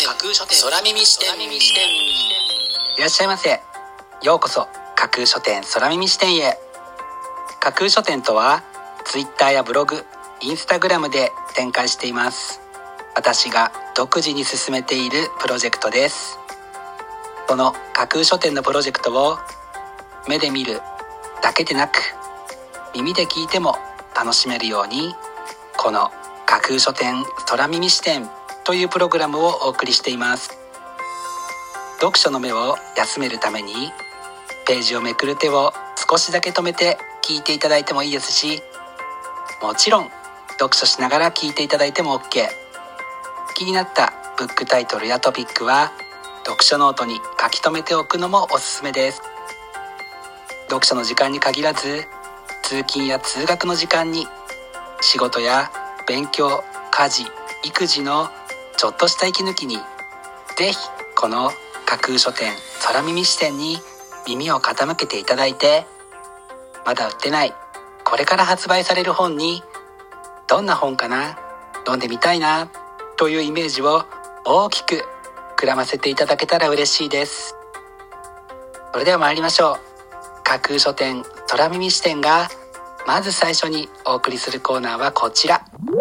空耳視点。 いらっしゃいませ。ようこそ架空書店空耳視点へ。架空書店とは Twitter やブログ、Instagram で展開しています。私が独自に進めているプロジェクトです。その架空書店のプロジェクトを目で見るだけでなく耳で聞いても楽しめるように、この架空書店空耳視点というプログラムをお送りしています。読書の目を休めるためにページをめくる手を少しだけ止めて聞いていただいてもいいですし、もちろん読書しながら聞いていただいても OK。 気になったブックタイトルやトピックは読書ノートに書き留めておくのもおすすめです。読書の時間に限らず、通勤や通学の時間に、仕事や勉強、家事、育児のちょっとした息抜きに、ぜひこの架空書店空耳視点に耳を傾けていただいて、まだ売ってない、これから発売される本に、どんな本かな、読んでみたいなというイメージを大きく膨らませていただけたら嬉しいです。それでは参りましょう。架空書店空耳視点がまず最初にお送りするコーナーはこちら。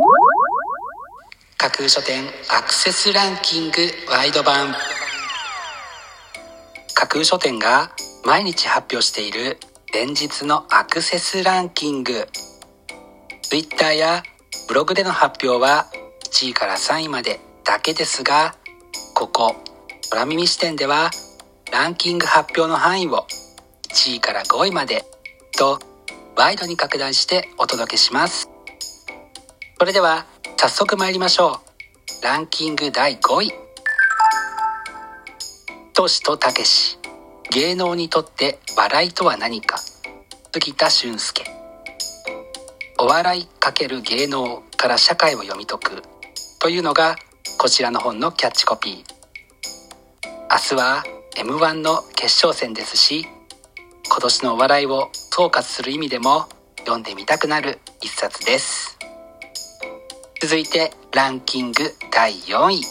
架空書店アクセスランキングワイド版。架空書店が毎日発表している連日のアクセスランキング。 Twitter やブログでの発表は1位から3位までだけですが、ここ空耳視点ではランキング発表の範囲を1位から5位までとワイドに拡大してお届けします。それでは早速参りましょう。ランキング第5位。トシとたけし、芸能にとって笑いとは何か、杉田俊介。お笑い×芸能から社会を読み解くというのがこちらの本のキャッチコピー。明日は M1 の決勝戦ですし、今年のお笑いを統括する意味でも読んでみたくなる一冊です。続いてランキング第4位。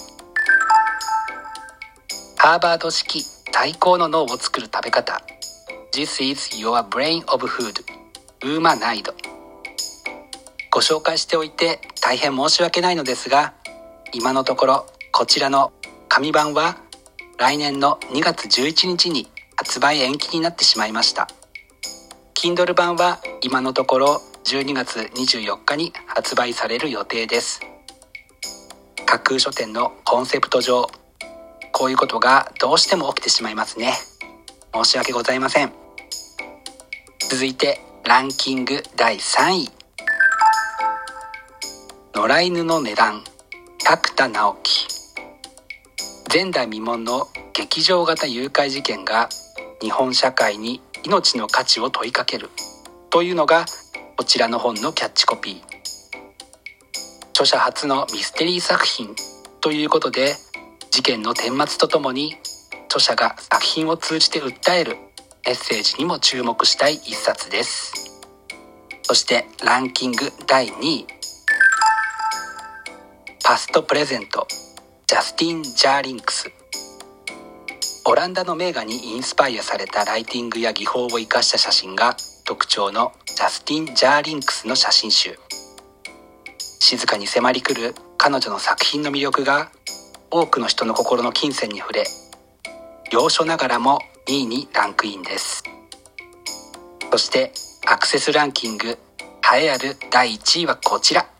ハーバード式最高の脳を作る食べ方、 This is your brain of food ウーマナイド。ご紹介しておいて大変申し訳ないのですが、今のところこちらの紙版は来年の2月11日に発売延期になってしまいました。 Kindle 版は今のところ12月24日に発売される予定です。架空書店のコンセプト上、こういうことがどうしても起きてしまいますね。申し訳ございません。続いてランキング第3位。野良犬の値段、百田直樹。前代未聞の劇場型誘拐事件が日本社会に命の価値を問いかけるというのがこちらの本のキャッチコピー。著者初のミステリー作品ということで、事件の顛末とともに著者が作品を通じて訴えるメッセージにも注目したい一冊です。そしてランキング第2位。パストプレゼント、ジャスティン・ジャーリンクス。オランダの名画にインスパイアされたライティングや技法を生かした写真が特徴のジャスティン・ジャーリンクスの写真集。静かに迫り来る彼女の作品の魅力が多くの人の心の金銭に触れ、要所ながらも2位にランクインです。そしてアクセスランキング栄えある第1位はこちら。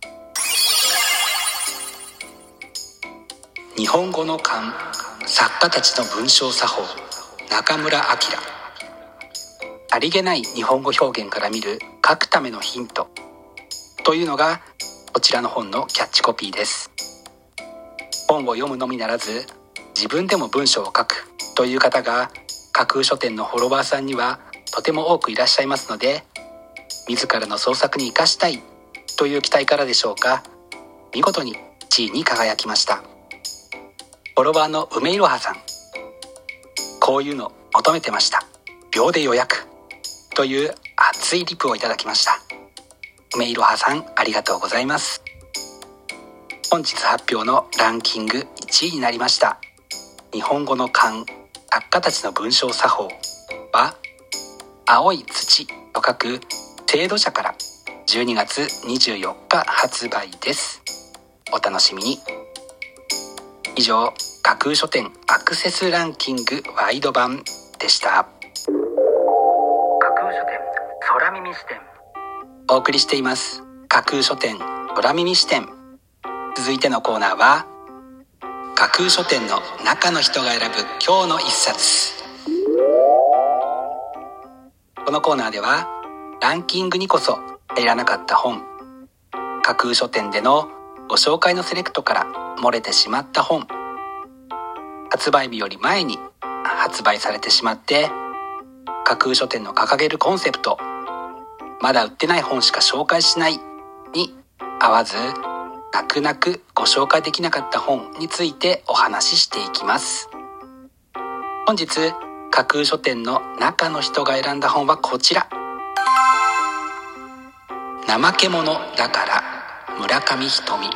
日本語の勘、作家たちの文章作法、中村明。ありげない日本語表現から見る書くためのヒントというのがこちらの本のキャッチコピーです。本を読むのみならず自分でも文章を書くという方が架空書店のフォロワーさんにはとても多くいらっしゃいますので、自らの創作に生かしたいという期待からでしょうか、見事に1位に輝きました。フォロワーの梅いろはさん、こういうの求めてました、秒で予約という熱いリプをいただきました。梅いろはさん、ありがとうございます。本日発表のランキング1位になりました。 日本語の勘、作家たちの文章作法は、青い土と書く程度社から12月24日発売です。お楽しみに。以上、架空書店アクセスランキングワイド版でした。架空書店空耳視点、お送りしています架空書店空耳視点。続いてのコーナーは、架空書店の中の人が選ぶ今日の一冊。このコーナーでは、ランキングにこそ入らなかった本、架空書店でのご紹介のセレクトから漏れてしまった本、発売日より前に発売されてしまって架空書店の掲げるコンセプト、まだ売ってない本しか紹介しないに合わず、泣く泣くご紹介できなかった本についてお話ししていきます。本日架空書店の中の人が選んだ本はこちら。怠け者だから村上瞳。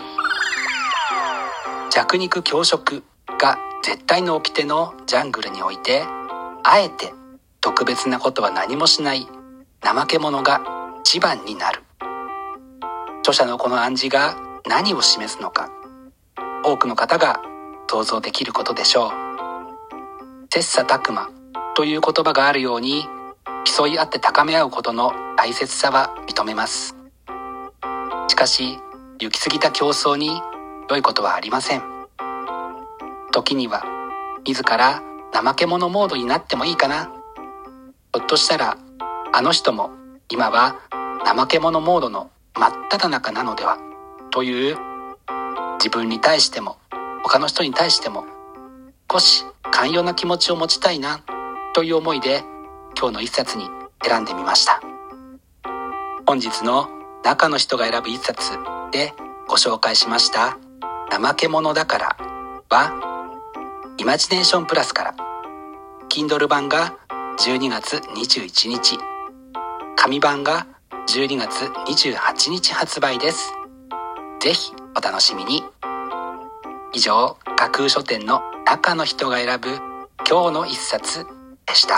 弱肉強食が絶対の掟のジャングルにおいて、あえて特別なことは何もしない怠け者が一番になる。著者のこの暗示が何を示すのか、多くの方が想像できることでしょう。切磋琢磨という言葉があるように、競い合って高め合うことの大切さは認めます。しかし、行き過ぎた競争に良いことはありません。時には自ら怠け者モードになってもいいかな。ひょっとしたらあの人も今は怠け者モードの真っ只中なのではという、自分に対しても他の人に対しても少し寛容な気持ちを持ちたいなという思いで、今日の一冊に選んでみました。本日の中の人が選ぶ一冊でご紹介しました怠け者だからは、イマジネーションプラスから Kindle 版が12月21日、紙版が12月28日発売です。ぜひお楽しみに。以上、架空書店の中の人が選ぶ今日の一冊でした。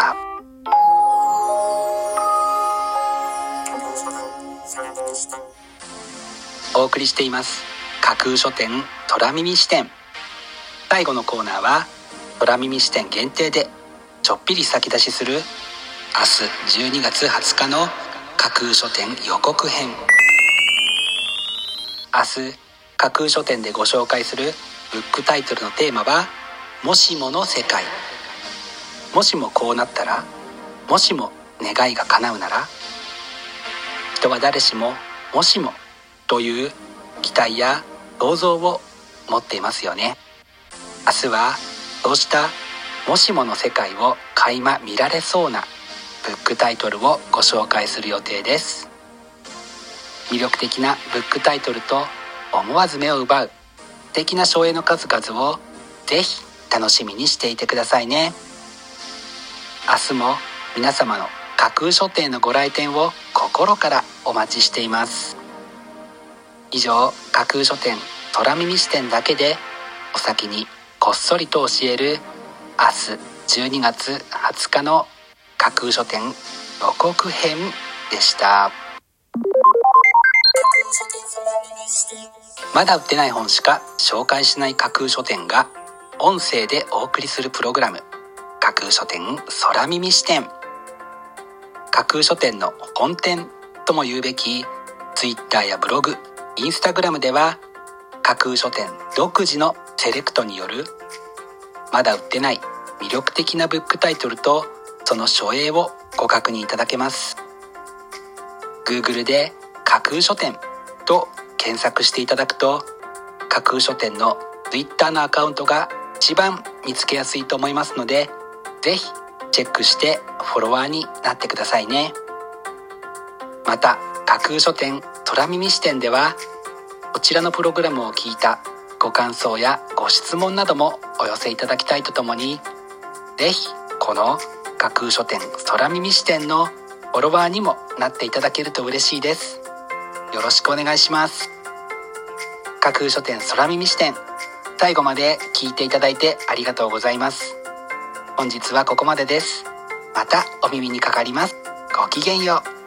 お送りしています架空書店空耳視点。最後のコーナーは、空耳視点限定でちょっぴり先出しする明日12月20日の架空書店予告編。明日架空書店でご紹介するブックタイトルのテーマは、もしもの世界。もしもこうなったら、もしも願いが叶うなら。人は誰しももしもという期待や想像を持っていますよね。明日はそうしたもしもの世界を垣間見られそうなブックタイトルをご紹介する予定です。魅力的なブックタイトルと思わず目を奪う素敵な書影の数々をぜひ楽しみにしていてくださいね。明日も皆様の架空書店のご来店を心からお待ちしています。以上、架空書店空耳視点だけでお先にこっそりと教える明日12月20日の架空書店予告編でした。まだ売ってない本しか紹介しない架空書店が音声でお送りするプログラム、架空書店空耳視点。架空書店の本店とも言うべき Twitter やブログ、Instagram では架空書店独自のセレクトによるまだ売ってない魅力的なブックタイトルとその書影をご確認いただけます。 Google で架空書店と検索していただくと、架空書店の Twitter のアカウントが一番見つけやすいと思いますので、ぜひチェックしてフォロワーになってくださいね。また架空書店空耳視点では、こちらのプログラムを聞いたご感想やご質問などもお寄せいただきたいとともに、ぜひこの架空書店空耳視点のフォロワーにもなっていただけると嬉しいです。よろしくお願いします。架空書店空耳視点、 最後まで聞いていただいてありがとうございます。本日はここまでです。またお耳にかかります。ごきげんよう。